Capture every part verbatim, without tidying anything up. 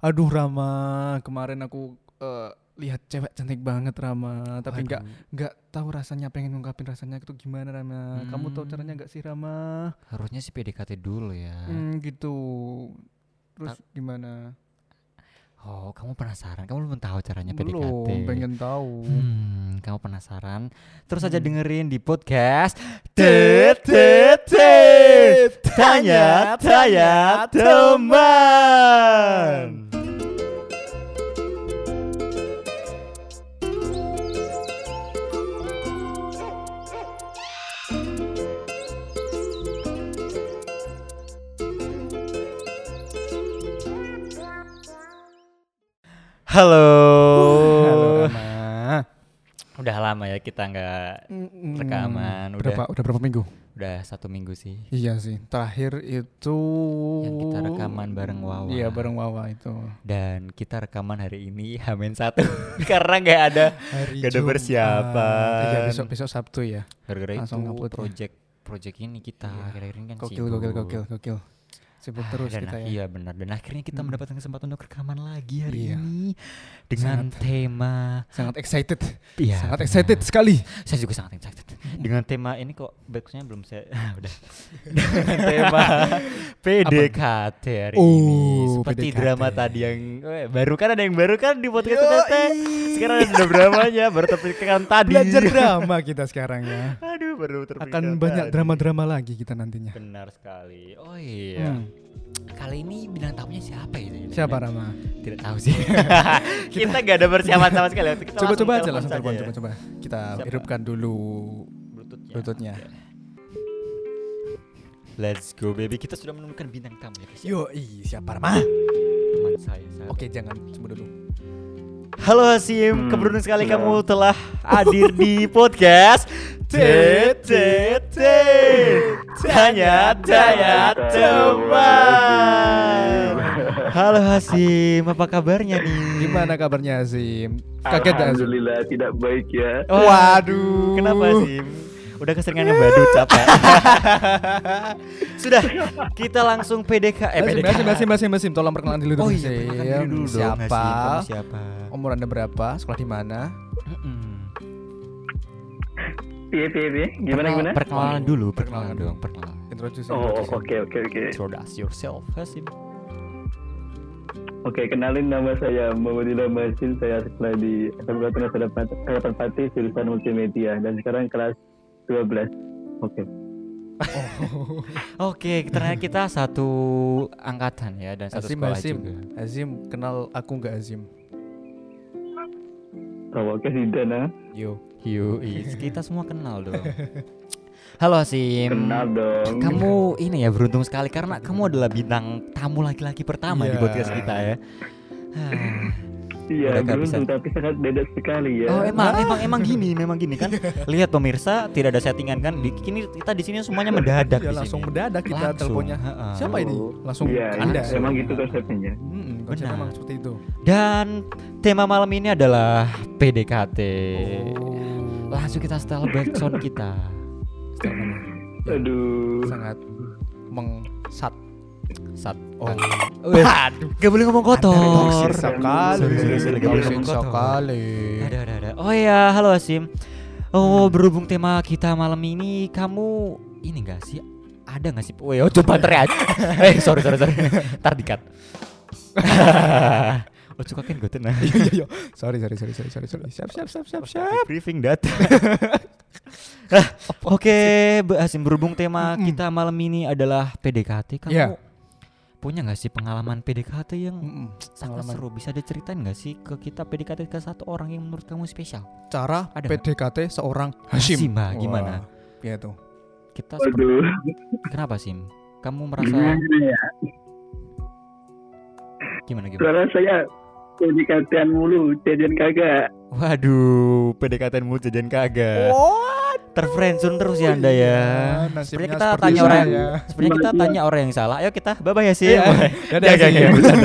Aduh Rama, kemarin aku uh, lihat cewek cantik banget Rama, tapi nggak nggak tahu rasanya, pengen ngungkapin rasanya itu gimana Rama. Hmm. Kamu tahu caranya nggak sih Rama? Harusnya sih P D K T dulu ya. Hmm, gitu. Terus Ta- gimana? Oh, kamu penasaran? Kamu belum tahu caranya belum, P D K T? Belum, pengen tahu. Hmm, kamu penasaran? Terus hmm. aja dengerin di podcast T-T-T Tanya-tanya Teman. Halo. Halo Rama. Udah lama ya kita nggak rekaman. Udah berapa? Udah berapa minggu? Udah satu minggu sih. Iya sih. Terakhir itu yang kita rekaman bareng Wawa. Iya bareng Wawa itu. Dan kita rekaman hari ini H minus satu karena nggak ada nggak ada persiapan. Iya besok besok Sabtu ya. Gara-gara itu project project ini kita iya. akhir-akhir ini kan gokil, sibuk. Gokil gokil gokil. Sibuk ah, terus dan kita ya. Iya benar. Dan akhirnya kita hmm. mendapatkan kesempatan untuk rekaman lagi hari iya. ini dengan sangat, tema sangat excited. Iya. Sangat benar. excited sekali. Saya juga sangat excited. Dengan tema ini kok backsnya belum saya udah. Dengan tema P D K T hari oh, ini. Seperti P D K T. Drama tadi yang eh, baru kan ada yang baru kan di podcast Tete. Sekarang ada dramanya baru terpikirkan tadi. Belajar drama kita sekarang ya. Aduh baru terpikirkan. Akan banyak tadi. drama-drama lagi kita nantinya. Benar sekali. Oh iya. Hmm. Kali ini bintang tamunya siapa itu? Siapa Rama? Tidak tahu sih. Kita nggak ada persiapan sama sekali. Kita coba coba aja langsung telepon. Coba coba. Kita siapa? hidupkan dulu Bluetoothnya. Bluetoothnya. Okay. Let's go baby. Kita sudah menemukan bintang tamu ya. Yo, ih, siapa Rama? Teman saya. Sahabat. Oke, jangan semua dulu. Halo Hasim, hmm. keberuntungan sekali Halo. Kamu telah hadir di podcast T T T Tanya-tanya Teman. Halo Hasim, apa kabarnya nih? Gimana kabarnya Hasim? Kaget dah Hasim? Alhamdulillah tidak baik ya. Oh, waduh, kenapa Hasim? Udah keseringan ngebadut capek. Sudah, kita langsung P D K. Eh, P D K. Hasim, Hasim, Hasim, Hasim, tolong perkenalan dulu. Oh iya, perkenalan dulu dong. Siapa? Hasim, siapa? Umur Anda berapa? Sekolah di mana? Piye piye piye? Gimana Perkenal, gimana? Perkenalan dulu, perkenalan dong, perkenalan. Introduce. Oh, oke oke oke. Introduce yourself, Hasim. Oke, kenalin nama saya Muhammad Ilham Hasim. Saya sekolah di S M K Harapan Pati jurusan multimedia dan sekarang kelas dua belas. Oke. Oh. Oke, ternyata kita satu angkatan ya dan satu Azim, sekolah Azim. juga. Azim, kenal aku enggak Azim? Oh, oke sih Dana. Yo. Yo, kita semua kenal dong. Halo Hasim. Kenal dong. Kamu ini ya beruntung sekali karena kamu adalah bintang tamu laki-laki pertama yeah. di podcast kita ya. Iya, beruntung tapi sangat beda sekali ya. Oh emang ah. emang emang gini, memang gini kan. Lihat pemirsa, tidak ada settingan kan. Di sini kita di sini semuanya mendadak ya, di langsung sini. mendadak kita langsung. teleponnya. Ha-ha. Siapa ini? Langsung ya, Anda. Ya, emang gitu konsepnya. Hmm, konsepnya memang seperti itu. Dan tema malam ini adalah P D K T. Oh. Langsung kita setel backsound kita. Setel mana? Ya, aduh. Sangat mengsat. Sat. Oh. Waduh, gak boleh ngomong kotor. Sekali. Sekali. Sekali. Ada ada ada. Oh ya, halo Hasim. Oh, berhubung tema kita malam ini, kamu ini enggak sih? Ada enggak sih? Woi, oh coba teriak. Eh, sorry sorry sorry. Entar di-cut. Oh, suka kan gue tenang. Iya iya. Sorry sorry sorry sorry sorry sorry. Siap siap siap siap siap. Briefing dat. Oke, Hasim, berhubung tema kita malam ini adalah P D K T, kamu yeah. punya nggak sih pengalaman P D K T yang mm-mm. sangat pengalaman. Seru? Bisa diceritain nggak sih ke kita P D K T ke satu orang yang menurut kamu spesial? Cara ada P D K T gak? Seorang Hasim. Hasim, Hasim gimana? Iya tuh. Kita seperti... Kenapa Sim? Kamu merasa gimana ya? Gimana gimana? Soalnya saya P D K T-an mulu, jajan kagak. Waduh, P D K T-an mulu jajan kagak. What? Terfriendzone terus ya Anda ya. Nah, seperti kita tanya orang ya. Seperti kita tanya orang yang salah. Ayo kita bye-bye ya sih. Dadah ya.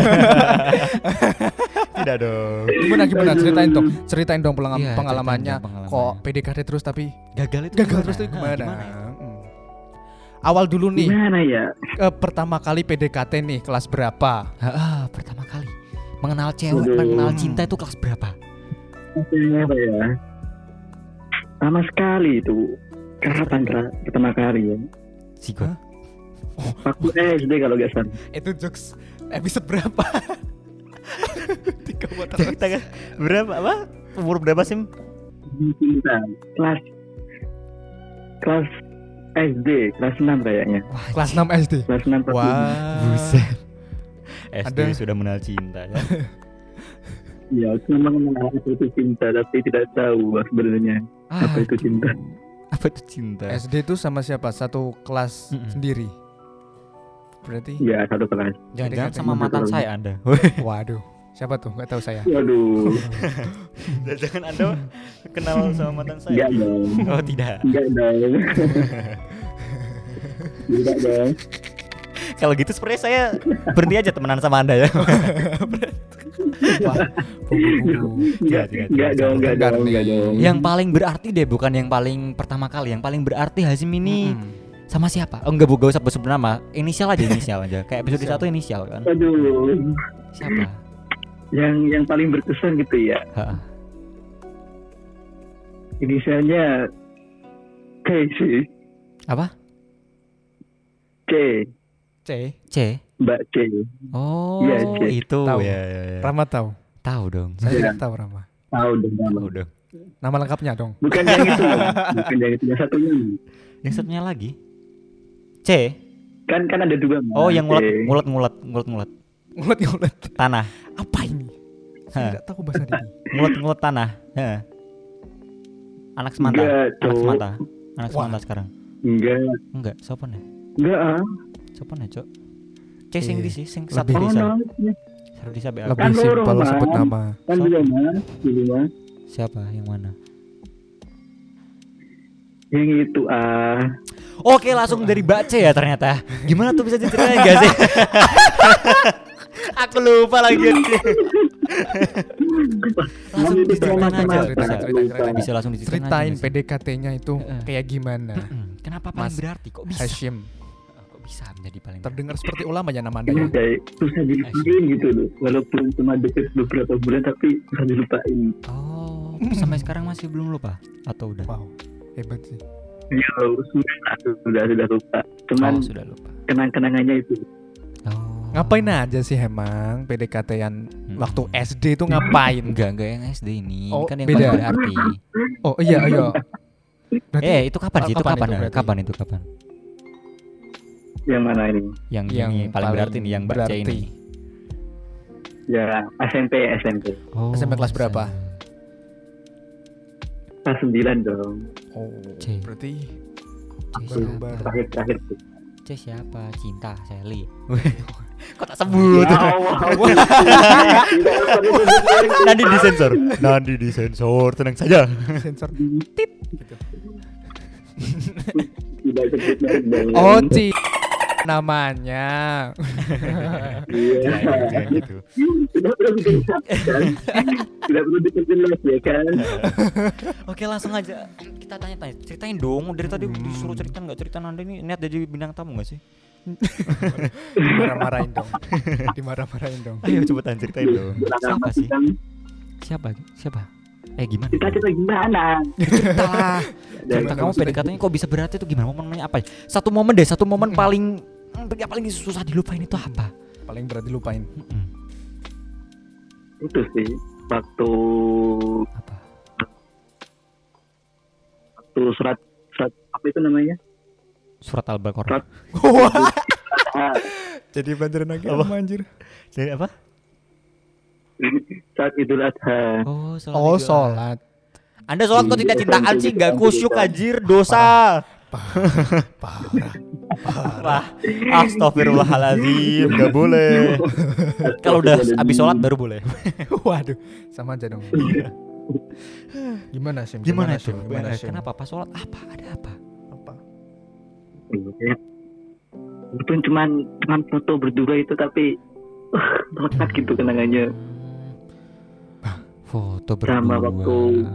Tidak dong. Gimana gimana ceritain dong. Ceritain dong pengalaman iya, pengalamannya. Pengalaman. Kok P D K T terus tapi gagal itu. Gagal terus itu gimana? gimana? Hmm. Awal dulu nih. Gimana ya? Eh, pertama kali P D K T nih kelas berapa? Heeh, pertama kali. mengenal cewek, Aduh. mengenal cinta itu kelas berapa? Apa ya? Sama sekali itu. Kapan Ra? Pertama kali ya? Sikot. Waktu S D kalau nggak salah. Itu jokes episode berapa? Tiga buat Kita berapa apa? Umur berapa sih? Cinta. Kelas kelas S D, kelas enam kayaknya. Wah, kelas enam S D. Kelas enam. Wah. buset. S D Ada. sudah mengenal cinta ya. Iya, cuma mengenal apa itu cinta, tapi tidak tahu sebenarnya apa itu cinta. Apa itu cinta? S D itu sama siapa? Satu kelas Mm-mm. sendiri. Berarti Iya, satu kelas. Jangan-jangan P D K T sama sama mantan betul. saya Anda. waduh. Siapa tuh? Enggak tahu saya. Waduh, Jangan Anda kenal sama mantan saya. enggak dong. Oh, tidak. Enggak dong. Enggak dong. Kalau gitu sebenarnya saya berhenti aja temenan sama Anda ya. Wah, bu-bu-bu. Enggak, tidak, enggak tidak, dong, enggak tidak. dong, enggak dong. Yang paling berarti deh, bukan yang paling pertama kali, yang paling berarti Hazim ini Mm-mm. sama siapa? Oh, enggak, gak usah sebut nama. Inisial aja, inisial aja. Kayak episode Inisial. satu inisial kan. Aduh, Siapa? yang yang paling berkesan gitu ya. Ha. Inisialnya K sih. Apa? C, C. C. Mbak C. Oh, Iya, C. itu Tahu. ya, ya, ya. Rama tahu. Tahu dong. Saya Iya. tidak tahu Rama. Tahu dong nama. Tahu dong. Nama lengkapnya dong. Bukan yang itu, loh. Bukan yang itu, yang satunya. Yang satunya lagi C. Kan kan ada dua. Mas. Oh, yang C. ngulet ngulet ngulet ngulet ngulet Ngulet ngulet. tanah. Apa ini? Saya Hah. tidak tahu bahasa ini. Ngulet ngulet tanah. Heeh. Anak semanta. Enggak, Anak cowok. semanta. Anak Wah. semanta sekarang. Enggak, Enggak, sopan ya? enggak ah. Sopan ya, Cok? C sing Iya. di sih, sing Lebih satu Oh, desa. no. Satu desa B. Lebih Kan loro, simpel Mas. sebut nama. Kan So- dulu mas, dulu mas. Siapa? Yang mana? Yang itu ah. Oke, langsung dari Mbak C ya ternyata. Gimana tuh bisa diceritain enggak sih? Aku lupa lagi. Langsung Itu diceritain sama-sama. aja. Cerita, Bisa, cerita, cerita. bisa langsung diceritain. Ceritain aja nggak sih? P D K T-nya itu Heeh. kayak gimana? Mm-mm. Kenapa paling Mas berarti? Kok bisa? Hashim. Kok bisa menjadi paling berarti? Terdengar seperti ulama ya nama Anda Ini ya. kayak susah dilupain gitu loh. Walaupun cuma deket beberapa bulan tapi susah dilupain. Oh, sampai sekarang masih belum lupa atau udah? Wow, hebat sih. Ya sudah, sudah sudah lupa. Cuman Oh, sudah lupa. kenang-kenangannya itu. Oh. Ngapain aja sih emang P D K T-an Hmm. waktu S D itu ngapain? Enggak, enggak yang S D ini. Oh, Ini kan yang beda. paling berarti. Oh iya iya. Berarti Eh, itu kapan Ah, sih? Itu kapan kapan? itu ya? berarti? Kapan itu kapan? Yang mana ini? Yang, yang ini paling berarti nih, yang Mbak C berarti. ini. Ya S M P S M P. Oh, S M P kelas berapa? Kelas sembilan dong. Oh, C. berarti C baru siapa? baru. Terakhir terakhir. tuh. C siapa? Cinta, Sally. Kok tak sebut? Ya Allah. Nanti disensor. Nanti disensor, tenang saja. Sensor. Tidak sebut merek dong. Oh, Ci namanya. Iya. Jangan gitu. Tidak perlu dijelaskan. Tidak perlu diperjelas ya kan. Oke, langsung aja kita tanya-tanya. Ceritain dong. Dari tadi Hmm. disuruh cerita nggak cerita Anda ini niat jadi bintang tamu nggak sih? Dimarah-marahin dong. Dimarah-marahin dong. Ayo cepetan ceritain dong. Siapa sih? Siapa? Siapa? Eh gimana? Kita kita gimana? Cerita lah. Cerita Gimana kamu maksudnya? P D K T-nya kok bisa berarti itu gimana? Momennya apa? Satu momen deh, satu momen Mm-mm. paling yang paling susah dilupain itu apa? Paling berat dilupain. Mm-mm. Itu sih waktu Apa? waktu surat surat apa itu namanya? Surat Al-Baqarah. Surat- Ah, Jadi pelajaran agama anjir. Jadi apa? saat Idul Adha. Oh, sholat. Oh, Idul Adha. sholat. Anda sholat kok cinta-cintaan sih, gak kusyuk anjir, dosa. Parah. Parah. Astagfirullahaladzim, gak boleh. Kalau udah habis sholat baru boleh. Waduh, sama aja dong. Gimana sih? Gimana itu? Sim? Gimana sih? Kenapa pas sholat apa? Ada apa? Apa? Ya. Itu cuman cuman foto berdua itu tapi uh, melekat gitu kenangannya. Hmm. Foto berdua. Sama waktu-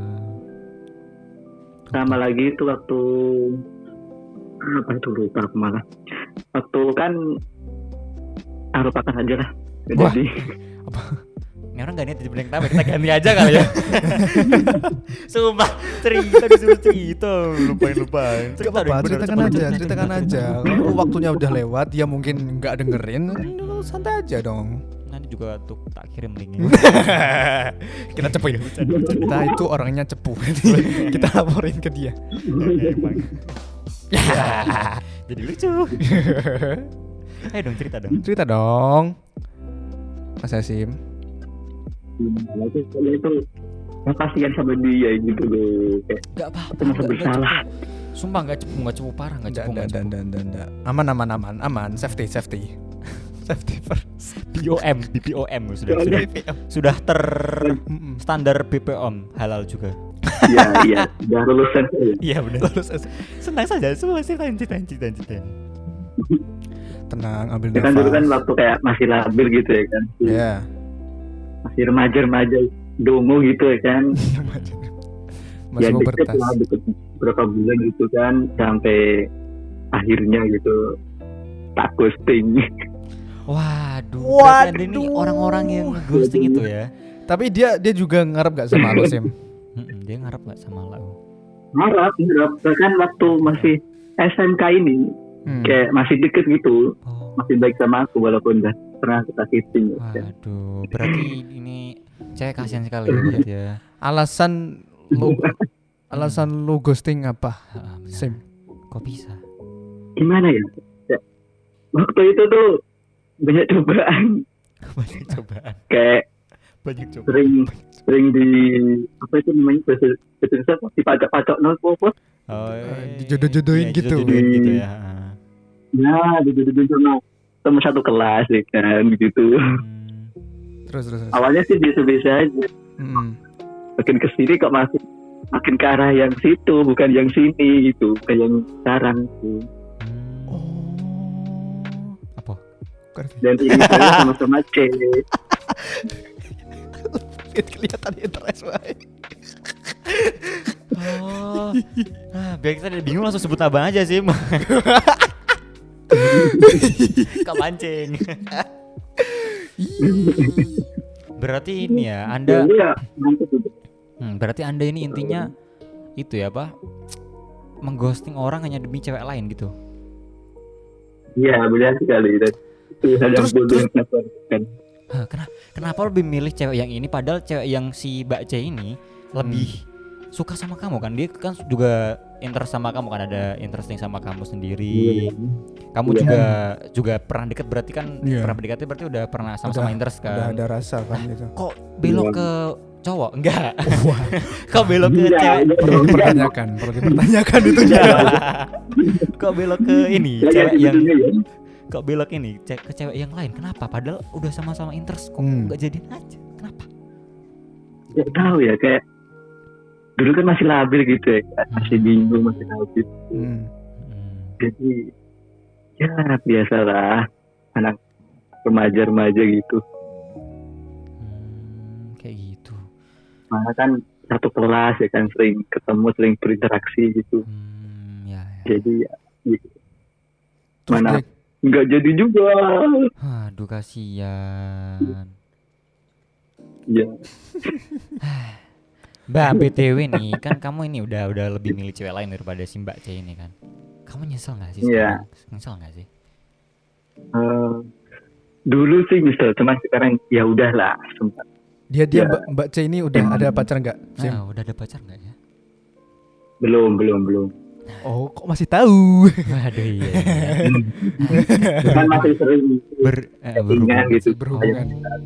Sama lagi itu waktu apa itu lupa aku malah. Waktu kan ah lupakan aja lah. Wah. Jadi orang gak niat jadi bintang tamu, kita ganti aja kali ya. Sumpah, cerita disuruh cerita, lupain-lupain. Gak apa-apa, ceritakan aja, ceritakan aja. Kalau waktunya udah lewat, dia mungkin nggak dengerin, santai aja dong. Nanti juga tuh tak kirim linknya. Kita cepuin. Kita itu orangnya cepu. Kita laporin ke dia. Jadi lucu. Ayo dong cerita dong. Cerita dong, Mas Hasim. Nah, itu itu yang kasihan sama dia gitu loh. Kayak Gak apa-apa. itu merasa bersalah. Sumpah gak cepu, gak cepu parah, gak cepu, gak cepu. Dan dan dan dan aman aman aman aman, safety safety. Safety first. B O M, B P O M sudah sudah sudah ter standar B P O M halal juga. Iya iya, udah lulusan. Iya benar. Senang saja semua sih lanjutin lanjutin lanjutin. Tenang, ambil Ya kan nafas. dulu kan waktu kayak masih labil gitu ya kan. Ya. Yeah. Masih remaja-remaja dongo gitu ya kan. Masih Ya mau deket bertas. lah, deket berapa bulan gitu kan, sampai akhirnya gitu tak ghosting. Waduh, Waduh. berarti ada ini orang-orang yang ghosting itu ya. Tapi dia dia juga ngarep gak sama lo, Sim? Mm-mm, dia ngarep gak sama lo? Ngarap, ngarap. Bahkan waktu masih S M K ini Hmm. kayak masih deket gitu, Oh. masih baik sama aku walaupun udah pernah kita kissing. Ya. Waduh, berarti ini cewek kasihan sekali ya berarti ya. Alasan lo alasan lo ghosting apa, Ah, benar. Sim? Kok bisa? Gimana ya? Ya, waktu itu tuh banyak cobaan, Banyak cobaan. kayak Banyak cobaan. sering sering di apa itu namanya bahasa bahasa Indonesia apa? Dipacok-pacok nol apa? Oh, Eh, dijodoh-jodohin iya, gitu. dijodoh-jodohin gitu ya. Ya, di sama sama satu kelas ya kan gitu. Hmm. Terus terus. terus. Awalnya sih biasa-biasa aja, Hmm. makin kesini kok masih makin ke arah yang situ bukan yang sini gitu, kayak yang sekarang tuh. Hmm. Oh. Apa? Dan ini saya sama-sama cewek. Kelihatan interest baik. Oh. Nah, biar kita bingung langsung sebut abang aja sih. Kak mancing. Berarti ini ya, Anda Iya, mantap itu. hmm, berarti Anda ini intinya itu ya, Pak? Mengghosting orang hanya demi cewek lain gitu. Iya, benar sekali. Dan itu hal yang Terus- bodoh terus- yang kenapa kan. Hah, kenapa kenapa lebih milih cewek yang ini padahal cewek yang si Mbak C ini lebih suka sama kamu kan? Dia kan juga interest sama kamu kan, ada interesting sama kamu sendiri. Kamu Iya. juga juga pernah deket berarti kan Iya. pernah berdekatnya berarti udah pernah sama-sama Udah- interest Udah kan? ada rasa kan gitu. Kok belok Iya. ke cowok? Enggak. Kok belok ke Iya, cewek? iya. Perlu dipertanyakan, perlu dipertanyakan itu Iya. juga. Kok belok ke ini Ya, cewek ya, yang gitu ya. kok belok ini ce- ke cewek yang lain? Kenapa? Padahal udah sama-sama interest kok Hmm. nggak jadiin aja. Kenapa? Nggak tahu ya, kayak dulu kan masih labil gitu ya, masih bingung, masih labil. Hmm. Hmm. Jadi ya biasalah anak remaja-remaja gitu. Hmm, kayak gitu. Mana kan satu kelas ya kan, sering ketemu, sering berinteraksi gitu. Hmm, ya, ya. Jadi ya, gitu. Terus Mana? dia- Nggak jadi juga. Aduh kasihan. Ya, Mbak B T W nih, kan kamu ini udah udah lebih milih cewek lain daripada si Mbak C ini kan. Kamu nyesel nggak sih Iya. sekarang? Nyesel nggak sih? eh, dulu sih nyesel, cuman sekarang ya udahlah. Sempat. dia dia Ya. Mbak, Mbak C ini udah Emang. ada pacar nggak, Sim? Ah, udah ada pacar nggak ya? Belum, belum, belum. Oh, kok masih tahu? Waduh iya. Kan masih sering Ber eh, ingat gitu. Berhubungan.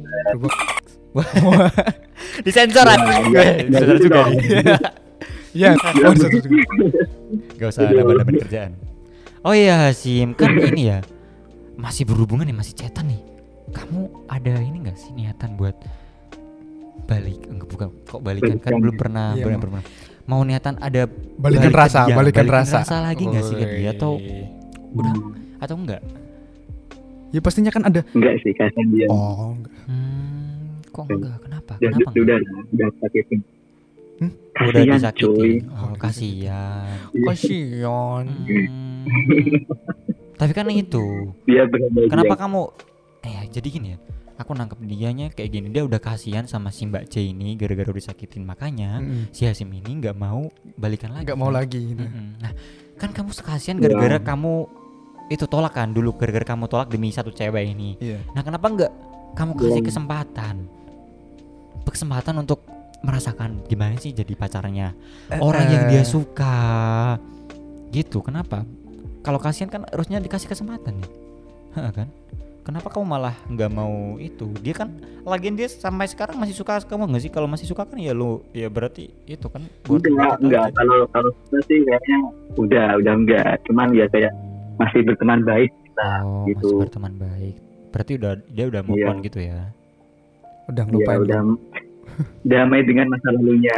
Disensor kan? Disensor juga nih. Iya, oh, satu juga. Gak usah nambah-nambahin kerjaan. Oh iya Sim, kan ini ya masih berhubungan nih, masih chatan nih. Kamu ada ini nggak sih niatan buat balik? Enggak, bukan kok balikan kan Balikan. belum pernah, Iya, belum mau. pernah. Mau niatan ada Balikan balik ke rasa, dia, balikan balikin rasa. rasa lagi nggak sih ke dia atau Woi. udah atau enggak? Ya pastinya kan ada. Enggak sih, kasihan dia. Oh, enggak. Hmm, kok enggak? Kenapa? Dan Kenapa? sudah, enggak? udah sakitin. Hmm? Udah Kasihan, cuy. disakitin. Oh, kasihan. Kasihan. Hmm. Tapi kan itu. Dia benar-benar Kenapa kamu eh jadi gini ya? aku nangkep dianya kayak gini, dia udah kasihan sama si Mbak C ini gara-gara udah disakitin, makanya Mm-mm. si Hasim ini nggak mau balikan lagi. Nggak mau lagi. Gitu. Mm-mm. Nah kan kamu sekasihan gara-gara Ya. kamu itu tolak kan dulu, gara-gara kamu tolak demi satu cewek ini. Iya. Nah kenapa nggak kamu kasih Ya. kesempatan, kesempatan untuk merasakan gimana sih jadi pacarnya Eh, orang yang eh. dia suka gitu. Kenapa? Kalau kasihan kan harusnya dikasih kesempatan nih. Heeh kan? Kenapa kamu malah nggak mau itu? Dia kan lagian dia sampai sekarang masih suka kamu nggak sih? Kalau masih suka kan ya lu ya berarti itu kan buat Enggak, buat enggak. aja. Kalau kalau kita sih kayaknya udah udah enggak. Cuman ya kayak masih berteman baik kita Oh, gitu. masih berteman baik. Berarti udah dia udah move Iya. on gitu ya. Udah Ya ngelupain. udah damai dengan masa lalunya.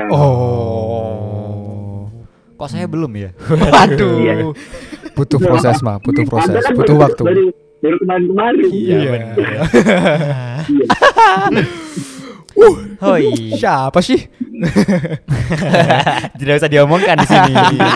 Oh. Kok saya belum ya? Waduh. Iya. Butuh proses mah, butuh Anda proses, kan butuh baru- waktu. Baru, baru kemarin-kemarin. Iya. Hoi. Siapa sih? Tidak usah diomongkan di sini.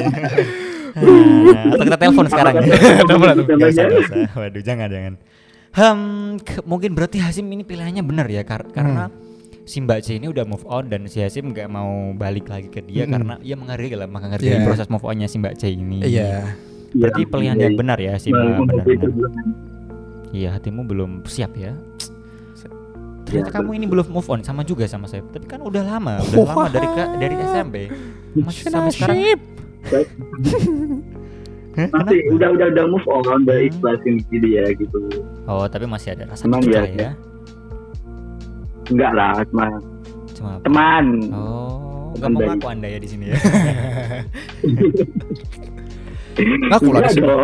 Nah, atau kita telepon sekarang ya. Telepon, telepon. Nggak usah, nggak usah. Waduh, jangan jangan. Hmm, ke- mungkin berarti Hasim ini pilihannya benar ya, kar- karena si Mbak C ini udah move on dan si Hasim nggak mau balik lagi ke dia Mm-mm. karena ia menghargai lah, menghargai Iya. proses move onnya si Mbak C ini. Iya. Berarti pilihan Iya, yang benar ya sih, Baru Mbak, menghargai benar-benar. sebelumnya. Iya, hatimu belum siap ya. Ternyata Ya, kamu ini belum move on sama juga sama saya. Tapi kan udah lama, udah Oh, lama dari ka- dari S M P. Masih sampai sekarang. Hah, Masih kenapa? udah udah udah move on, udah Hmm. ikhlasin dia gitu. Oh, tapi masih ada rasa Emang dikit ya, lah ya. Enggak lah, cuma Cuma apa? teman. Oh, nggak Teman mau baik. ngaku Anda ya di sini ya. Ngaku lah di Enggak sini. dong.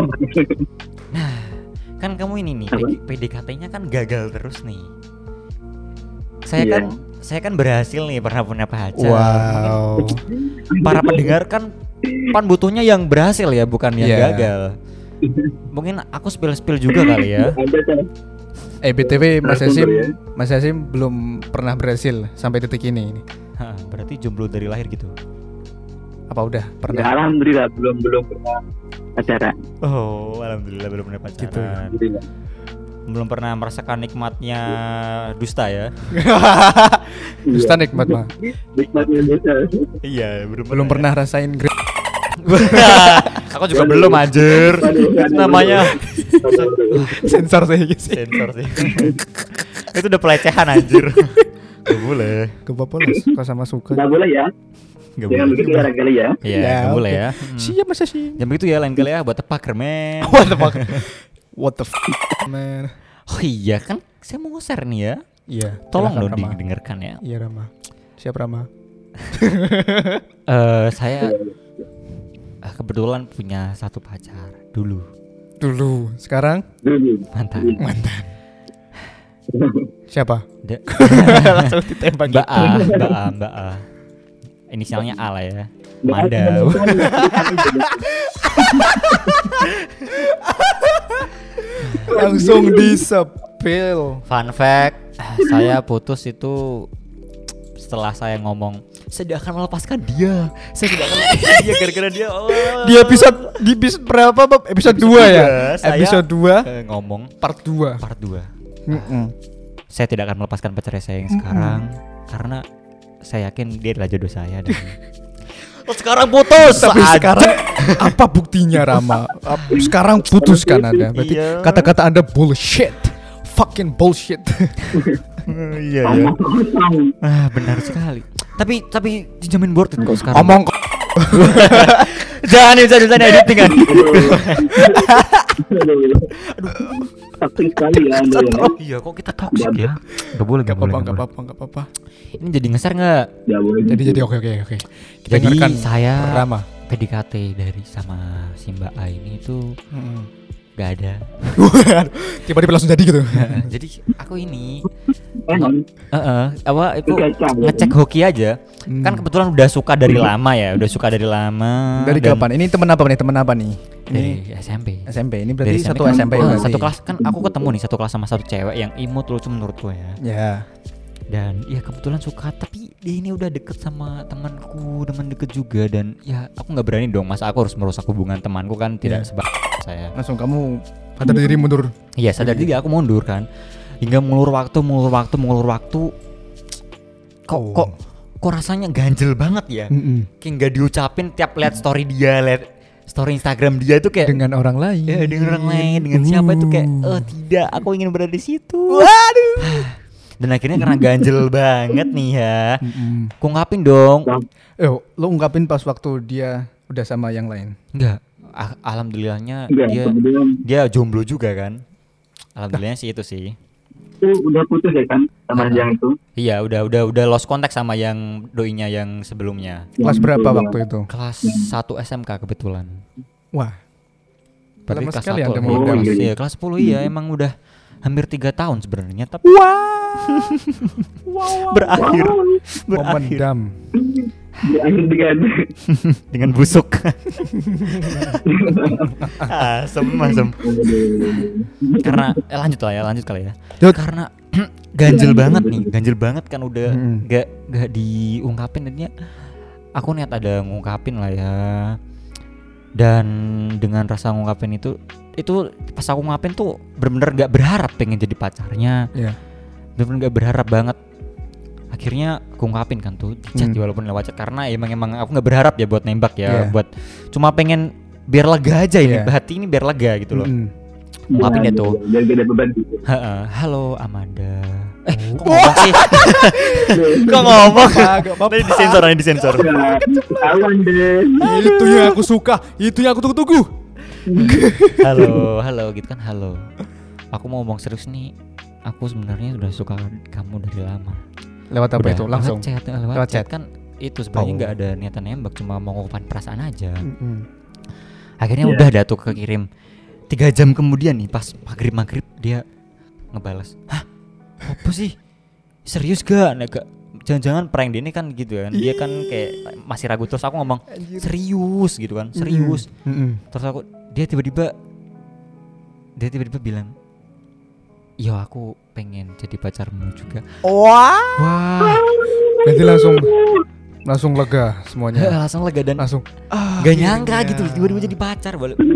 Kan kamu ini nih, Apa? P D K T-nya kan gagal terus nih. Saya Iya. kan saya kan berhasil nih pernah punya pacar. Wow. Mungkin para pendengar kan pan butuhnya yang berhasil ya, bukan yang Iya. gagal. Mungkin aku spill-spill juga kali ya. Ada kan? Eh B T W Mas Narasumber ya. Hasim, Mas Hasim belum pernah berhasil sampai detik ini. Hah, berarti jomblo dari lahir gitu. Apa udah Ya, pernah? alhamdulillah belum belum pernah pacaran. Oh, alhamdulillah belum pernah pacaran. Gitu. Alhamdulillah. Belum pernah merasakan nikmatnya dusta ya. Dusta nikmat mah. Nikmatnya dosa. Iya, belum Belum pernah rasain gre- Aku juga belum anjir. Waduh, waduh, Namanya sensor saya gitu sih. sensor sih. Itu udah pelecehan anjir. Gak boleh. Ke Bapak les, kok sama suka. Nggak boleh ya. Gak Jangan boleh. begitu ya kali ya. Iya, Ya, gak boleh oke. ya. Hmm. Siap Mas Hasim. Jangan begitu ya, lain kali ya buat tepak men. What the fuck? What the fuck, man? Oh iya kan, saya mau nge-share nih ya. Iya. Tolong silakan, dong Rama. didengarkan ya. Iya Rama. Siap Rama. Eh saya eh, kebetulan punya satu pacar dulu. Dulu, sekarang Dulu. Mantan. mantan. Siapa? Da- Langsung ditembak. Mbak A, Mbak A, Mbak A. Inisialnya A lah ya. Mandau. Langsung disepil. Fun fact, saya putus itu setelah saya ngomong, saya tidak akan melepaskan dia. Saya tidak akan melepaskan dia gara-gara dia. Oh. Di episode di episode berapa, Bob? Episode dua ya? Saya- Episode dua Eh, ngomong part dua. part dua. Mm-mm. Saya tidak akan melepaskan pacar saya yang sekarang karena saya yakin dia adalah jodoh saya dan oh, sekarang putus. Tapi Anjir. sekarang apa buktinya Rama? Ap- Sekarang putuskan Anda. Berarti Iya. kata-kata Anda bullshit. Fucking bullshit. iya ya. Ah, benar sekali. Tapi tapi dijamin worth it kok sekarang. Omong kok. Jangan bisa bisa editing kan. Toxic sekali ya Anda ya. Oh iya, kok kita toxic ya? Gak boleh, Gak gak boleh. apa-apa, Gak gak boleh. apa-apa, gak apa-apa. Ini jadi ngeser nggak? Nggak boleh. Jadi jadi oke oke oke. Kita Jadi dengarkan saya Rama. P D K T dari sama si Mbak A ini itu Mm-mm. gak ada. Tiba-tiba langsung jadi gitu. Jadi aku ini Emang Heeh, apa itu Kacang, ya. ngecek hoki aja. Hmm. Kan kebetulan udah suka dari lama ya, udah suka dari lama. Dari dan kapan? Ini temen apa nih? Temen apa nih? Dari Ini S M P. S M P. Ini berarti Dari satu kan, S M P eh, berarti. satu kelas kan aku ketemu nih satu kelas sama satu cewek yang imut lucu menurutku ya. Ya. Dan ya kebetulan suka, tapi dia ini udah deket sama temanku, teman deket juga dan ya aku nggak berani dong, masa aku harus merusak hubungan temanku kan tidak Iya. sebab saya. Langsung kamu sadar diri mundur. Iya sadar diri aku mundur kan. hingga mengulur waktu, mengulur waktu, mengulur waktu. Kok oh. kok kok rasanya ganjel banget ya. Mm-mm. Kayak nggak diucapin tiap lihat story dia, lihat story Instagram dia itu kayak dengan orang lain. Ya, dengan orang lain, dengan uh. siapa itu kayak oh tidak, aku ingin berada di situ. Waduh. Dan akhirnya karena ganjel banget nih ya. Ku ungkapin dong. Eh, lo ungkapin pas waktu dia udah sama yang lain? Enggak. Alhamdulillahnya ya, dia dia jomblo juga kan. Alhamdulillahnya sih itu sih. Itu udah putus ya kan sama nah, yang itu? Iya, udah udah udah lost contact sama yang doinya yang sebelumnya. Kelas berapa waktu itu? Kelas satu S M K kebetulan. Wah. Berarti kelas satu. Ya, oh, iya, kelas sepuluh iya emang udah hampir tiga tahun sebenarnya tapi wow. wow. berakhir berakhir memendam. Berakhir dengan dengan busuk. Asem asem. Karena eh, lanjut lah ya, lanjut kali ya. Duh. Karena ganjel banget nih, ganjel banget kan udah hmm. gak gak diungkapin intinya. Aku niat ada ngungkapin lah ya. Dan dengan rasa ngungkapin itu itu pas aku ngungkapin tuh bener-bener gak berharap pengen jadi pacarnya. Yeah. Bener-bener gak berharap banget. Akhirnya aku ngungkapin kan tuh di chat hmm. walaupun lewat chat karena emang emang aku nggak berharap ya buat nembak ya, yeah. buat cuma pengen biar lega aja ini, yeah. hati ini biar lega gitu loh. Mm. Ngungkapin ya, tuh. Biar gak ada beban. Halo Amanda. Eh, kok ngomong sih? Kok ngomong? Tadi disensor, tadi disensor. Awan deh. Itu yang aku suka, itu yang aku tunggu-tunggu. Halo, halo gitu kan, halo. Aku mau ngomong serius nih. Aku sebenarnya sudah suka kamu dari lama. Lewat apa udah, itu langsung lewat chat, lewat, lewat chat. chat kan itu sebenarnya nggak oh. ada niatan nembak, cuma mau ngungkapin perasaan aja. Mm-hmm. Akhirnya yeah. udah ada tuh kekirim. Tiga jam kemudian nih pas maghrib maghrib dia ngebales, hah apa sih serius gak? Nah, gak jangan-jangan prank dia ini kan gitu kan, dia kan kayak masih ragu terus aku ngomong serius gitu kan, serius. Mm-hmm. Terus aku dia tiba-tiba dia tiba-tiba bilang, yo aku pengen jadi pacarmu juga. Wah. Wah. Berarti langsung langsung lega semuanya. langsung lega dan langsung ah, gak nyangka gitu tiba-tiba jadi pacar.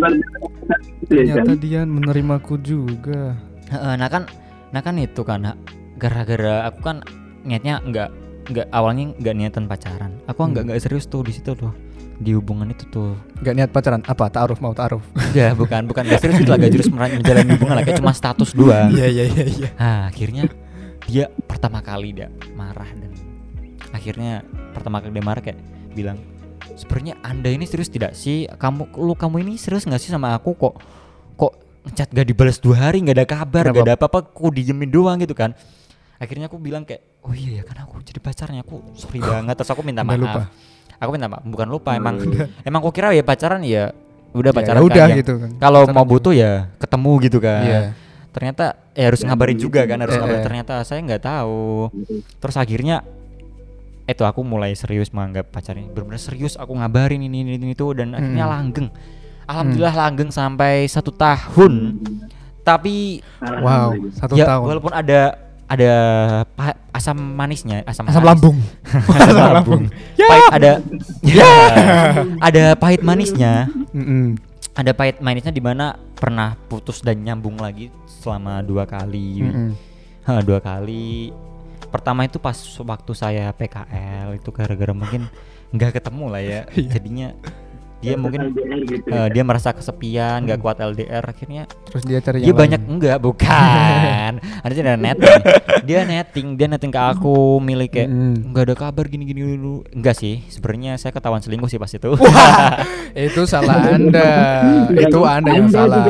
Ternyata dia menerimaku juga. Nah kan, nah kan itu kan gara-gara aku kan niatnya nggak nggak awalnya nggak niatan pacaran. Aku nggak hmm. nggak serius tuh di situ tuh. Di hubungan itu tuh nggak niat pacaran apa ta'aruf mau ta'aruf ya bukan bukan gak serius itu lah, gak jurus menjalani hubungan lah, kayak cuma status doang. Iya iya iya iya. Nah akhirnya dia pertama kali dia marah dan akhirnya pertama kali dia marah kayak bilang, sebenarnya Anda ini serius tidak sih, kamu lu kamu ini serius nggak sih sama aku, kok kok ngechat gak dibalas dua hari, nggak ada kabar, nggak ada apa-apa, kok diemin doang gitu kan. Akhirnya aku bilang kayak oh iya ya kan aku jadi pacarnya, aku sorry banget. Terus aku minta maaf. Lupa. Aku minta maaf, bukan lupa, emang emang aku kira ya pacaran ya udah pacaran ya, udah kan, gitu kan. Kalau mau butuh ya ketemu gitu kan. Yeah. Ternyata ya harus ngabarin juga kan, harus yeah, ngabarin. Ternyata saya nggak tahu. Terus akhirnya itu aku mulai serius menganggap pacarnya, benar-benar serius aku ngabarin ini ini, ini itu dan akhirnya hmm. langgeng. Alhamdulillah hmm. langgeng sampai satu tahun. Tapi wow, satu ya, tahun. Walaupun ada ada pa- asam manisnya, asam, asam manis. lambung, asam lambung, yeah. pahit ada, yeah. ada pahit manisnya, mm-hmm. ada pahit manisnya di mana pernah putus dan nyambung lagi selama dua kali, mm-hmm. ha, dua kali. Pertama itu pas waktu saya P K L itu gara-gara mungkin nggak ketemu lah ya, jadinya dia mungkin gitu uh, dia merasa kesepian, nggak hmm. kuat L D R, akhirnya terus dia cari dia yang banyak lain. Enggak bukan ada dia netting dia netting dia netting ke aku milik kayak nggak hmm. ada kabar gini gini dulu. Enggak sih sebenarnya saya ketahuan selingkuh sih pas itu. Wah, itu salah Anda, itu Anda yang salah.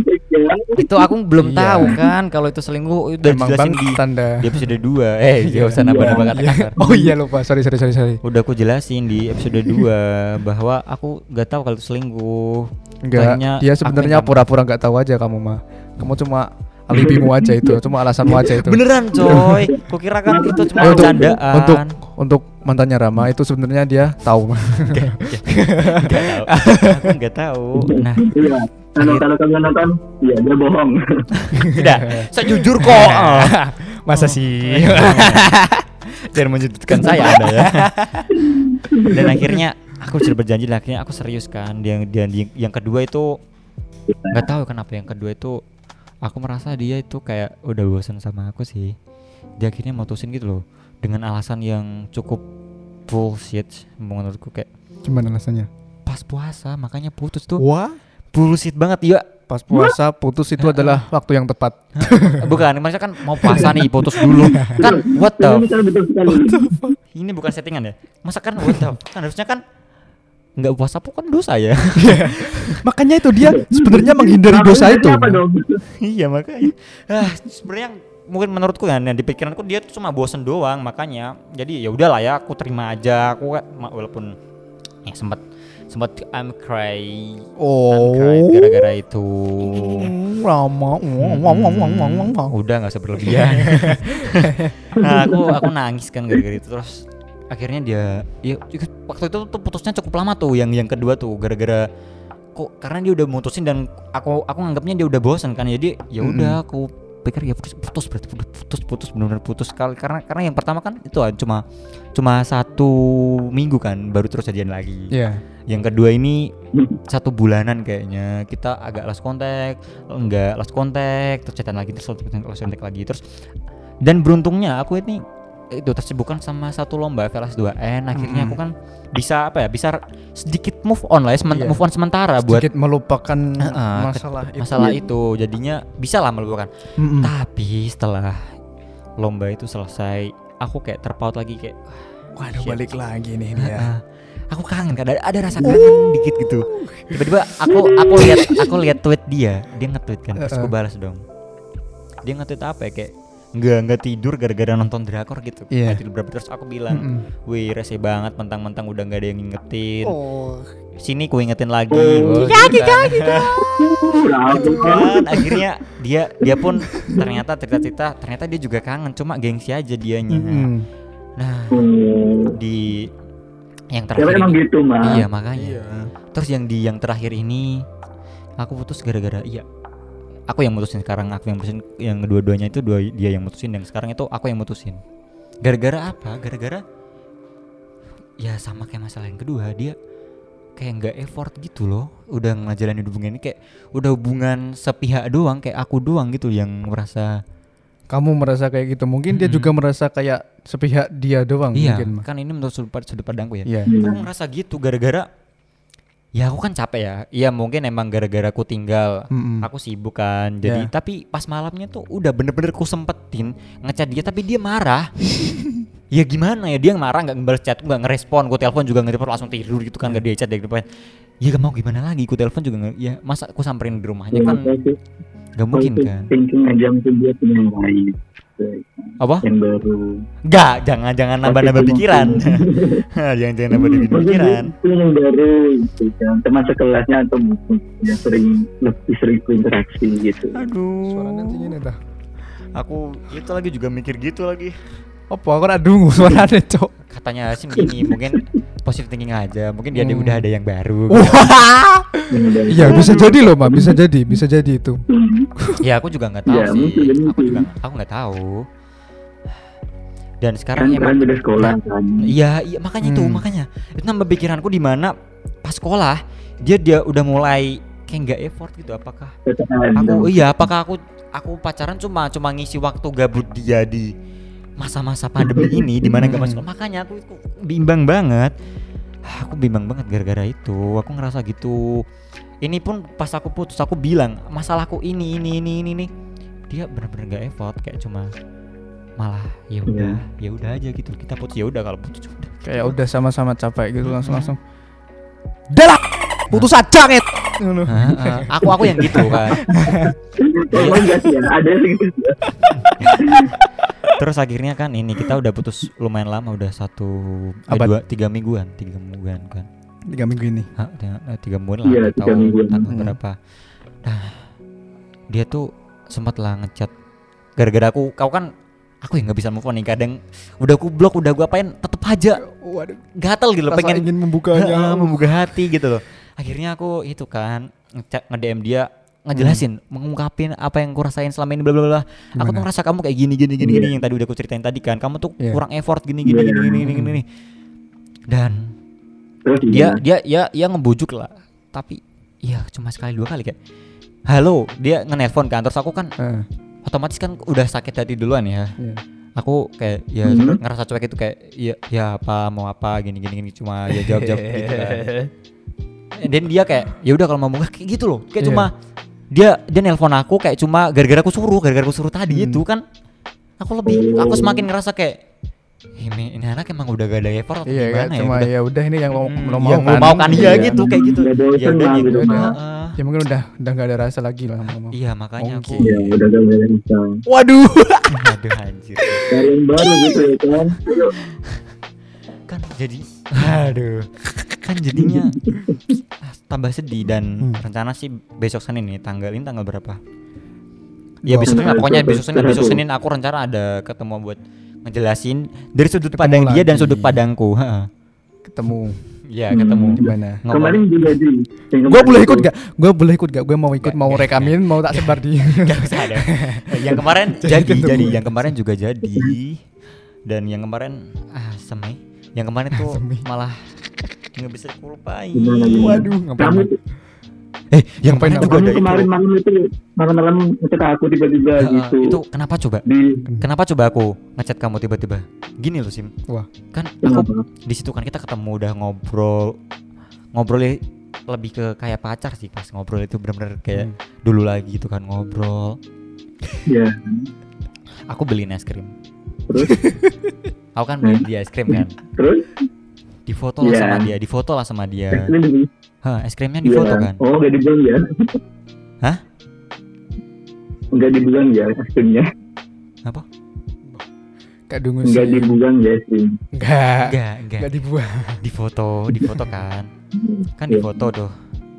Itu aku belum iya. tahu kan kalau itu selingkuh, udah dijelasin di, di episode dua. Eh jauh sana nambah kata kasar. Oh iya lupa, sorry sorry sorry sorry. Udah aku jelasin di episode dua bahwa aku gak tahu kalau itu selingkuh. Enggak, dia sebenarnya pura-pura gak tahu aja kamu mah. Kamu cuma alibimu aja itu, cuma alasanmu aja itu. Beneran coy, kukira kan itu cuma bercandaan. Untuk, untuk untuk mantannya Rama itu sebenarnya dia tahu. Enggak, enggak tahu. Aku enggak tahu. Nah, kalau kalau kamu nonton, ya dia bohong. Tidak, saya jujur kok. Masa sih? Jangan menjudutkan saya Anda ya. Dan akhirnya aku sudah berjanji, akhirnya aku serius kan. Yang yang yang kedua itu nggak tahu kenapa yang kedua itu aku merasa dia itu kayak udah bosan sama aku sih. Dia akhirnya mutusin gitu loh dengan alasan yang cukup bullshit menurutku. Kayak gimana alasannya? Pas puasa makanya putus tuh. Wah, bullshit banget ya. Pas puasa putus itu adalah waktu yang tepat. Bukan, maksudnya kan mau puasa nih putus dulu. Kan what the, ini bukan settingan ya. Masa kan what the, kan harusnya kan nggak puasa pun kan dosa ya. Makanya itu dia sebenarnya menghindari dosa itu. Iya makanya. Ah, sebenarnya mungkin menurutku kan ya, di pikiranku dia tuh cuma bosen doang, makanya jadi ya udahlah ya aku terima aja. Aku kan walaupun ya sempat sempat I'm cry. Oh. I'm cry gara-gara itu. Lama. Hmm, udah nggak usah berlebihan. Nah aku aku nangis kan gara-gara itu. Terus akhirnya dia ya waktu itu tuh putusnya cukup lama tuh, yang yang kedua tuh gara-gara kok karena dia udah mutusin dan aku aku nganggapnya dia udah bosan kan, jadi ya udah aku pikir ya putus putus berarti putus putus benar-benar putus sekali, karena karena yang pertama kan itu cuma cuma satu minggu kan baru terus jadian lagi. Yeah. Yang kedua ini satu bulanan kayaknya kita agak lost contact, enggak lost contact, terus chatan lagi, terus lost contact lagi terus. Dan beruntungnya aku ini itu tersibukkan sama satu lomba F L S dua N, akhirnya mm-hmm. aku kan bisa apa ya bisa sedikit move on lah ya, sement- yeah. move on sementara sedikit buat melupakan uh, masalah itu. masalah itu jadinya bisa lah melupakan. Mm-hmm. Tapi setelah lomba itu selesai aku kayak terpaut lagi kayak waduh shit. Balik lagi nih dia. Uh, aku kangen kan, ada, ada rasa kangen uh. dikit gitu. Tiba-tiba aku aku lihat aku lihat tweet dia, dia nge-tweet kan, terus aku balas dong. Dia nge-tweet apa ya kayak nggak nggak tidur gara-gara nonton drakor gitu. Yeah. Nggak tidur berapa, terus aku bilang, mm-hmm. wih rese banget, mentang-mentang udah nggak ada yang ngingetin. Oh. Sini ku ingetin lagi. Oh, gitu kan. Gitu kan. Akhirnya dia dia pun ternyata cerita-cerita ternyata dia juga kangen, cuma gengsi aja dianya. Mm-hmm. Nah di yang terakhir ya, ini, gitu, iya makanya. Iya. Terus yang di yang terakhir ini aku putus gara-gara iya. Aku yang mutusin sekarang, aku yang mutusin, yang kedua-duanya itu dua dia yang mutusin, dan sekarang itu aku yang mutusin. Gara-gara apa? Gara-gara ya sama kayak masalah yang kedua, dia kayak nggak effort gitu loh, udah ngejalanin hubungan ini kayak udah hubungan sepihak doang, kayak aku doang gitu yang merasa. Kamu merasa kayak gitu, mungkin hmm. dia juga merasa kayak sepihak dia doang. Iya, mungkin. Kan ini menurut sudut, sudut pandangku ya. Yeah. Aku merasa gitu gara-gara ya aku kan capek ya. Iya mungkin emang gara-gara aku tinggal, mm-hmm. aku sibuk kan. Jadi yeah. tapi pas malamnya tuh udah bener-bener ku sempetin ngechat dia, tapi dia marah. Ya gimana ya, dia marah nggak ngebalas chat, nggak ngerespon. Ku telepon juga nggak telepon, langsung tidur gitu kan, nggak dia chat dari depan. Ya gak mau gimana lagi, ku telepon juga nggak. Ya masa aku samperin di rumahnya kan nggak mungkin kan. Thinking aja mungkin dia punya yang lain. Apa? Yang baru. Enggak, jangan jangan nambah-nambah pikiran. Jangan jangan nambah pikiran. Itu yang baru gitu kan. Teman sekelasnya atau mungkin yang sering lebih sering berinteraksi gitu. Aduh. Suara nantinya nih dah. Aku itu lagi juga mikir gitu lagi. Apa aku nak dungu suaranya, Cok. Katanya sih gini, mungkin positive thinking aja. Mungkin dia hmm. udah ada yang baru. Iya, bisa jadi loh, Mak. Bisa jadi, bisa jadi itu. Ya, aku juga enggak tahu ya, sih. Aku juga aku enggak tahu. Dan sekarang kan emang udah sekolah kan. Iya, iya makanya hmm. itu, makanya. Itu nambah pikiranku di mana pas sekolah dia dia udah mulai kayak enggak effort gitu. Apakah aku iya, apakah aku aku pacaran cuma cuma ngisi waktu gabut dia di masa-masa pandemi ini di mana enggak masuk. Makanya aku itu bimbang banget. Aku bimbang banget gara-gara itu. Aku ngerasa gitu. Ini pun pas aku putus aku bilang masalahku ini ini ini ini nih. Dia benar-benar enggak effort, kayak cuma malah ya udah ya udah aja gitu, kita putus ya udah, kalau putus udah kayak udah sama-sama capek gitu langsung langsung udah lah putus aja nih. Aku aku yang gitu kan. Terus akhirnya kan ini kita udah putus lumayan lama, udah satu eh, dua tiga mingguan tiga mingguan kan tiga minggu ini ha, tiga mingguan lah, ya, tahu tanggal hmm. berapa. Nah dia tuh sempat lah ngechat gara-gara aku, kau kan aku yang nggak bisa move on nih, kadang udah aku blok, udah gue apain tetep aja waduh gatel gitu, pengen ingin membukanya membuka hati gitu loh. Akhirnya aku itu kan nge-D M dia, ngejelasin, hmm. mengungkapin apa yang aku rasain selama ini bla bla bla. Aku tuh ngerasa kamu kayak gini gini gini yeah. gini yang tadi udah aku ceritain tadi kan, kamu tuh yeah. kurang effort gini gini yeah. gini gini gini gini. Dan dia dia ya ya ngebujuk lah, tapi ya cuma sekali dua kali kayak halo, dia nge-nelpon kan, terus aku kan Uh. otomatis kan udah sakit hati duluan ya. Yeah. Aku kayak ya Hmm. ngerasa cuek itu kayak ya ya apa mau apa gini gini gini cuma ya jawab-jawab gitu kan. Dan dia kayak ya udah kalau mau munggah kayak gitu loh. Kayak Yeah. cuma dia dia nelpon aku kayak cuma gara-gara aku suruh, gara-gara aku suruh tadi Hmm. itu kan. Aku lebih aku semakin ngerasa kayak ini ini anak emang udah gak ada effort atau Iya kan, gimana ya? cuma Udah, ya udah ini yang mau hmm, lo yang mau mau mau kan dia Iya. gitu kayak gitu. Udah bosen Ya udah lah gitu. gitu Udah, mah. uh, ya mungkin udah udah nggak ada rasa lagi lah ngomong. iya makanya aku. Mungkin. Ya udah gak bisa. Waduh. Aduh anjir. Cari yang baru gitu ya kan. Kan jadi aduh kan jadinya ah, tambah sedih dan Hmm. rencana sih besok Senin nih tanggal ini tanggal berapa ya Dua besok Senin lah, puluh. pokoknya besok Senin besok Satu. Senin aku rencana ada ketemu buat ngejelasin dari sudut Ketemu pandang dia dan lagi. sudut pandangku. Heeh. Ketemu Iya Hmm. ketemu di mana? Ngomong. Kemarin juga di. yang Gue kemarin boleh itu. ikut gak? Gue boleh ikut gak? Gue mau ikut, Nggak, mau nggak, rekamin, mau tak sebar di. Gak usah ada. Yang kemarin Jadi jadi ketemu. jadi yang kemarin juga jadi dan yang kemarin ah semai yang kemarin tuh Semai. malah nggak bisa aku lupain. Gimana, gimana? Waduh, ngapain? Kamu Eh yang Ngapain, kemarin juga kamu ada itu. kemarin malam itu malam-malam ngecek aku tiba-tiba Heeh, gitu. itu kenapa coba? Di Kenapa coba aku ngechat kamu tiba-tiba? Gini loh Sim. Wah. Kan aku kenapa? di situ kan kita ketemu udah ngobrol ngobrol lebih ke kayak pacar sih pas ngobrol itu benar-benar kayak Hmm. dulu lagi gitu kan ngobrol. Ya. Aku beliin es krim. Terus Aku kan beliin dia es krim kan. terus Di foto lah Iya. sama dia, di foto lah sama dia. es krim di- Hah, es krimnya di Iya. foto kan. Oh, enggak dibuang ya? Hah? Enggak dibuang ya es krimnya? Apa? Gak dungu Enggak sih. dibuang ya es krim. Enggak. Enggak, enggak. Enggak dibuang. Di foto, di foto kan. Kan di Iya. foto tuh.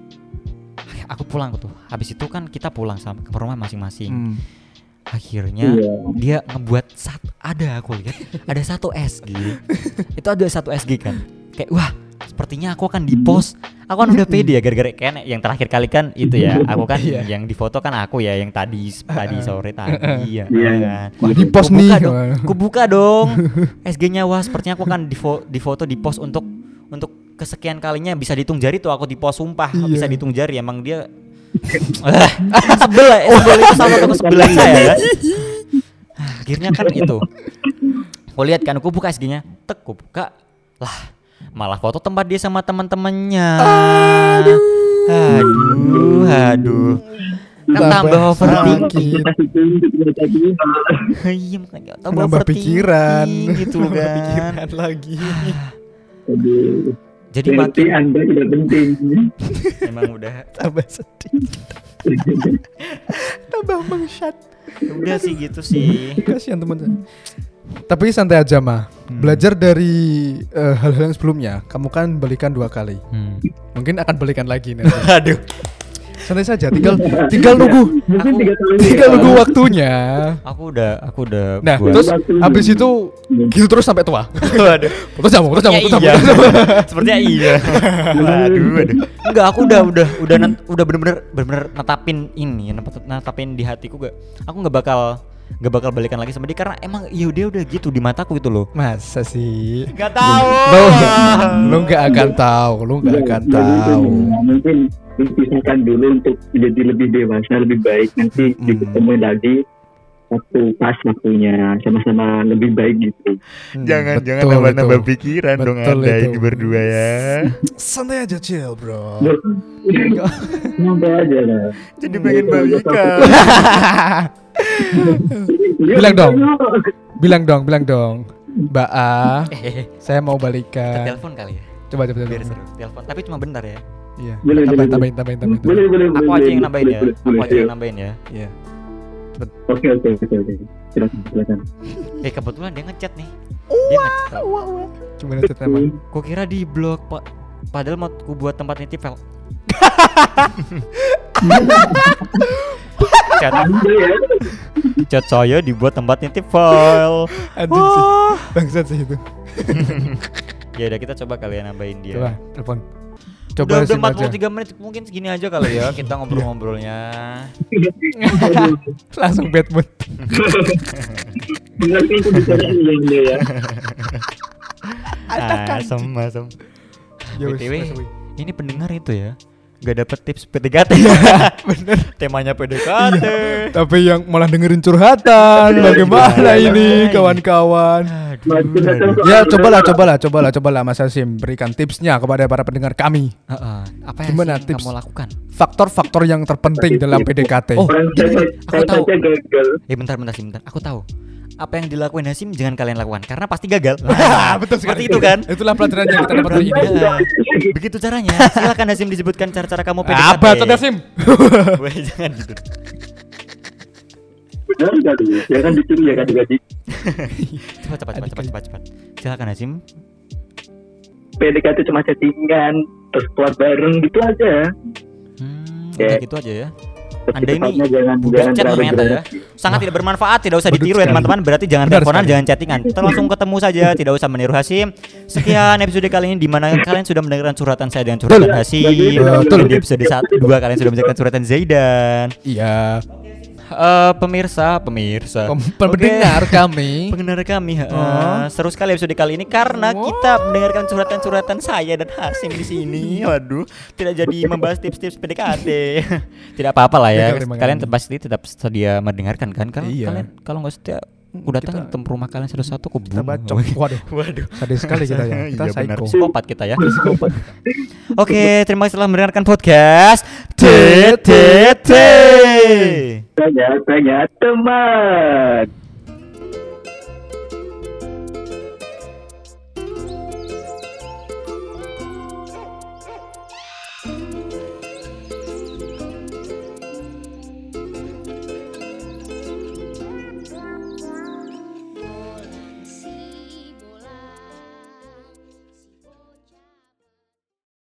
Aku pulang tuh. Habis itu kan kita pulang sama ke rumah masing-masing. Hmm. Akhirnya Iya. dia ngebuat satu ada aku lihat ada satu S G itu ada satu S G kan kayak wah sepertinya aku akan di post aku kan udah pede ya gara-gara kan yang terakhir kali kan itu ya aku kan Iya. yang di foto kan aku ya yang tadi tadi sore tadi ya Iya. kan. Wah, di post Ku buka nih. dong, ku buka dong S G-nya wah sepertinya aku akan di, fo- di foto di post untuk untuk kesekian kalinya bisa dihitung jari tuh aku di post sumpah Iya. bisa dihitung jari emang dia Ah, sebel ya sebel itu sama teman sebelah saya kan. Akhirnya kan itu aku lihat kan aku buka S G-nya tek aku buka lah malah foto tempat dia sama teman-temannya. Aduh aduh aduh kan tambah overthinking. Iya makanya tambah Nambah overthinking pikiran. gitu loh kan. Pikiran lagi. Aduh. Jadi Berarti makin Anda tidak penting. emang udah Tambah sedih. Tambah mengsyat. udah sih gitu sih. Kasihan teman-teman. Tapi santai aja mah. Hmm. Belajar dari eh, hal-hal yang sebelumnya. Kamu kan balikan dua kali. Hmm. Mungkin akan balikan lagi nanti. Aduh. Santai saja. Tinggal tinggal nunggu. Mungkin Aku- tiga tahun Tinggal ya. nunggu waktunya. Aku udah aku udah Nah, buat- terus Waktunya. habis itu gitu terus sampai tua. Waduh. Putus nyambung, putus nyambung, putus Iya. nyambung. Sepertinya iya. Waduh, waduh. Enggak, aku udah udah udah nen- udah bener-bener bener-bener netapin ini, nep- netapin di hatiku gak. Aku nggak bakal nggak bakal balikan lagi sama dia karena emang ya dia udah gitu di mataku gitu loh. Masa sih? Gak tahu. Lo, lo nggak akan tahu, lo nggak akan Ya, mungkin- tahu. Mungkin dipisahkan dulu untuk menjadi lebih dewasa, lebih baik. Nanti Hmm. diketemuin lagi waktu pas waktunya sama-sama lebih baik gitu. Hmm, Jangan betul jangan nambah-nambah itu. pikiran dong Betul Anda itu. ini berdua ya. Santai aja chill bro. Nambah aja lah. Jadi pengen balikan. Bilang dong. Bilang dong, bilang dong. Mbak A, Eh, saya mau kita balikan. telepon kali ya. Coba coba Biar coba. seru. Telepon, tapi cuma bentar ya. Iya. Boleh, boleh, Tambahin, tambahin, tambahin, tambahin. Boleh, boleh, Aku boleh, aja yang boleh, nambahin ya. boleh, Aku boleh, aja yang boleh. nambahin ya. Iya. Oke, oke, oke, oke. Silakan, silakan. Eh kebetulan dia ngechat nih. Dia ngechat. Cuma nanti emang. Kok kira di blog pak? Padahal mau ku buat tempat nitip file. Chat, Anda ya. chat saya dibuat tempat nitip file. Anjing sih. Bangsat sih itu. Ya udah kita coba kalian nambahin dia. Coba telepon. Udah, Coba udah sim empat aja. puluh tiga menit mungkin segini aja kali ya kita ngobrol-ngobrolnya. Langsung bad mood. Mengerti itu bicara Anda ya. Asem asem. Ya B wis, T W wis, wis. ini pendengar itu ya. Gak dapet tips P D K T. Bener. Temanya P D K T. Iya, tapi yang malah dengerin curhatan. Bagaimana ini kawan-kawan? Ya cobalah, cobalah, cobalah, cobalah Mas Hasim berikan tipsnya kepada para pendengar kami. Uh, uh. Apa yang Gimana tips kamu lakukan? Faktor-faktor yang terpenting dalam P D K T. Oh, gini, aku tahu. gagal. Eh bentar, bentar sih, bentar. Aku tahu. Apa yang dilakuin Hasim jangan kalian lakukan karena pasti gagal. Nah, betul sekali itu kan. Itulah pelajaran yang kita dapat hari ini. Ya, begitu caranya. Silakan Hasim disebutkan cara-cara kamu P D K T. Apa tuh Hasim? Weh, jangan gitu. Benar enggak tuh? Ya kan dicuri ya kan digaji. Cepat cepat cepat cepat cepat cepat. Silakan Hasim. P D K T cuma chattingan, terus keluar bareng gitu aja. Hmm, Ya. udah gitu aja ya. Anda ini jangan, budak jangan chat terlalu ternyata ya. berat. Sangat tidak bermanfaat, tidak usah Bedut ditiru ya sekali. teman-teman. Berarti jangan Benar teleponan, sekali. jangan chattingan. Kita langsung ketemu saja, tidak usah meniru Hasim. Sekian episode kali ini di mana kalian sudah mendengarkan curhatan saya dengan curhatan Hasim. Betul. Dan di episode satu dua kalian sudah mendengarkan curhatan Zaidan. Iya. Eh, pemirsa, pemirsa. Pem- Pendengar kami. Pendengar kami, eh, Oh. seru sekali episode kali ini karena Wow. kita mendengarkan curhatan-curhatan saya dan Hasim di sini. Waduh, tidak jadi membahas tips-tips P D K T. Tidak apa-apa lah ya. Gagal, Kalian gagal. pasti tetap sedia mendengarkan kan? Kalau Iya. kalian kalau nggak setia, aku datang ke rumah kalian satu-satu, aku Kita bunuh. bacok. Waduh. Waduh. Sadis sekali kita ya. Kita Iya benar, psycho. psikopat kita ya. Psikopat. Oke, terima kasih telah mendengarkan podcast T T T. Tanya-tanya teman.